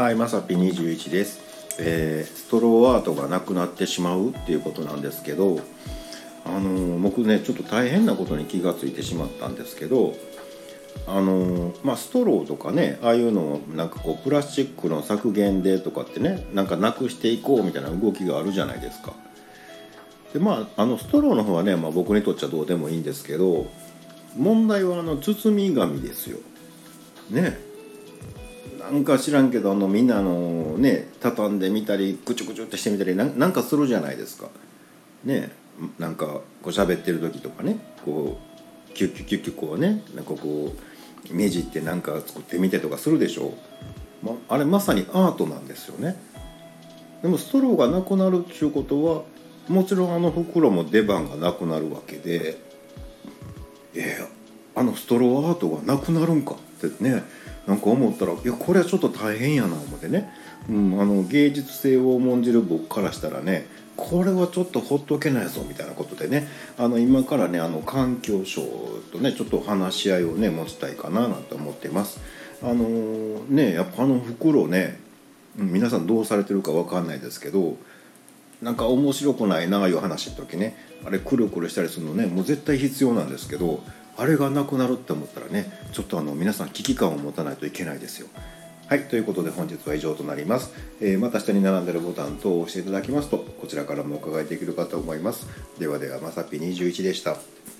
はい、まさぴ21です。ストローアートがなくなってしまうっていうことなんですけど、僕ねちょっと大変なことに気がついてしまったんですけど、ストローとかね、ああいうのをなんかこうプラスチックの削減でとかってね、なんかなくしていこうみたいな動きがあるじゃないですか。でストローの方はね、僕にとっちゃどうでもいいんですけど、問題は包み紙ですよね。なんか知らんけどみんな畳んでみたりぐちゅぐちゅってしてみたりなんかするじゃないですかね。なんかこう喋ってる時とかね、こうキュッキュッキュッキュッこうね、なんかこうねじってなんか作ってみてとかするでしょ。あれまさにアートなんですよね。でもストローがなくなるっていうことは、もちろん袋も出番がなくなるわけで、ストローアートがなくなるんかってね、なんか思ったら、いやこれはちょっと大変やな思ってね、芸術性を重んじる僕からしたらね、これはちょっとほっとけないぞみたいなことでね、今からね環境省とねちょっと話し合いをね持ちたいかななんて思っています。やっぱ袋ね、皆さんどうされてるかわかんないですけど、なんか面白くないなあいう話の時ね、あれくるくるしたりするのね、もう絶対必要なんですけど、あれがなくなるって思ったらね、ちょっと皆さん危機感を持たないといけないですよ。はい、ということで本日は以上となります。また下に並んでいるボタン等を押していただきますと、こちらからもお伺いできるかと思います。ではでは、まさぴ21でした。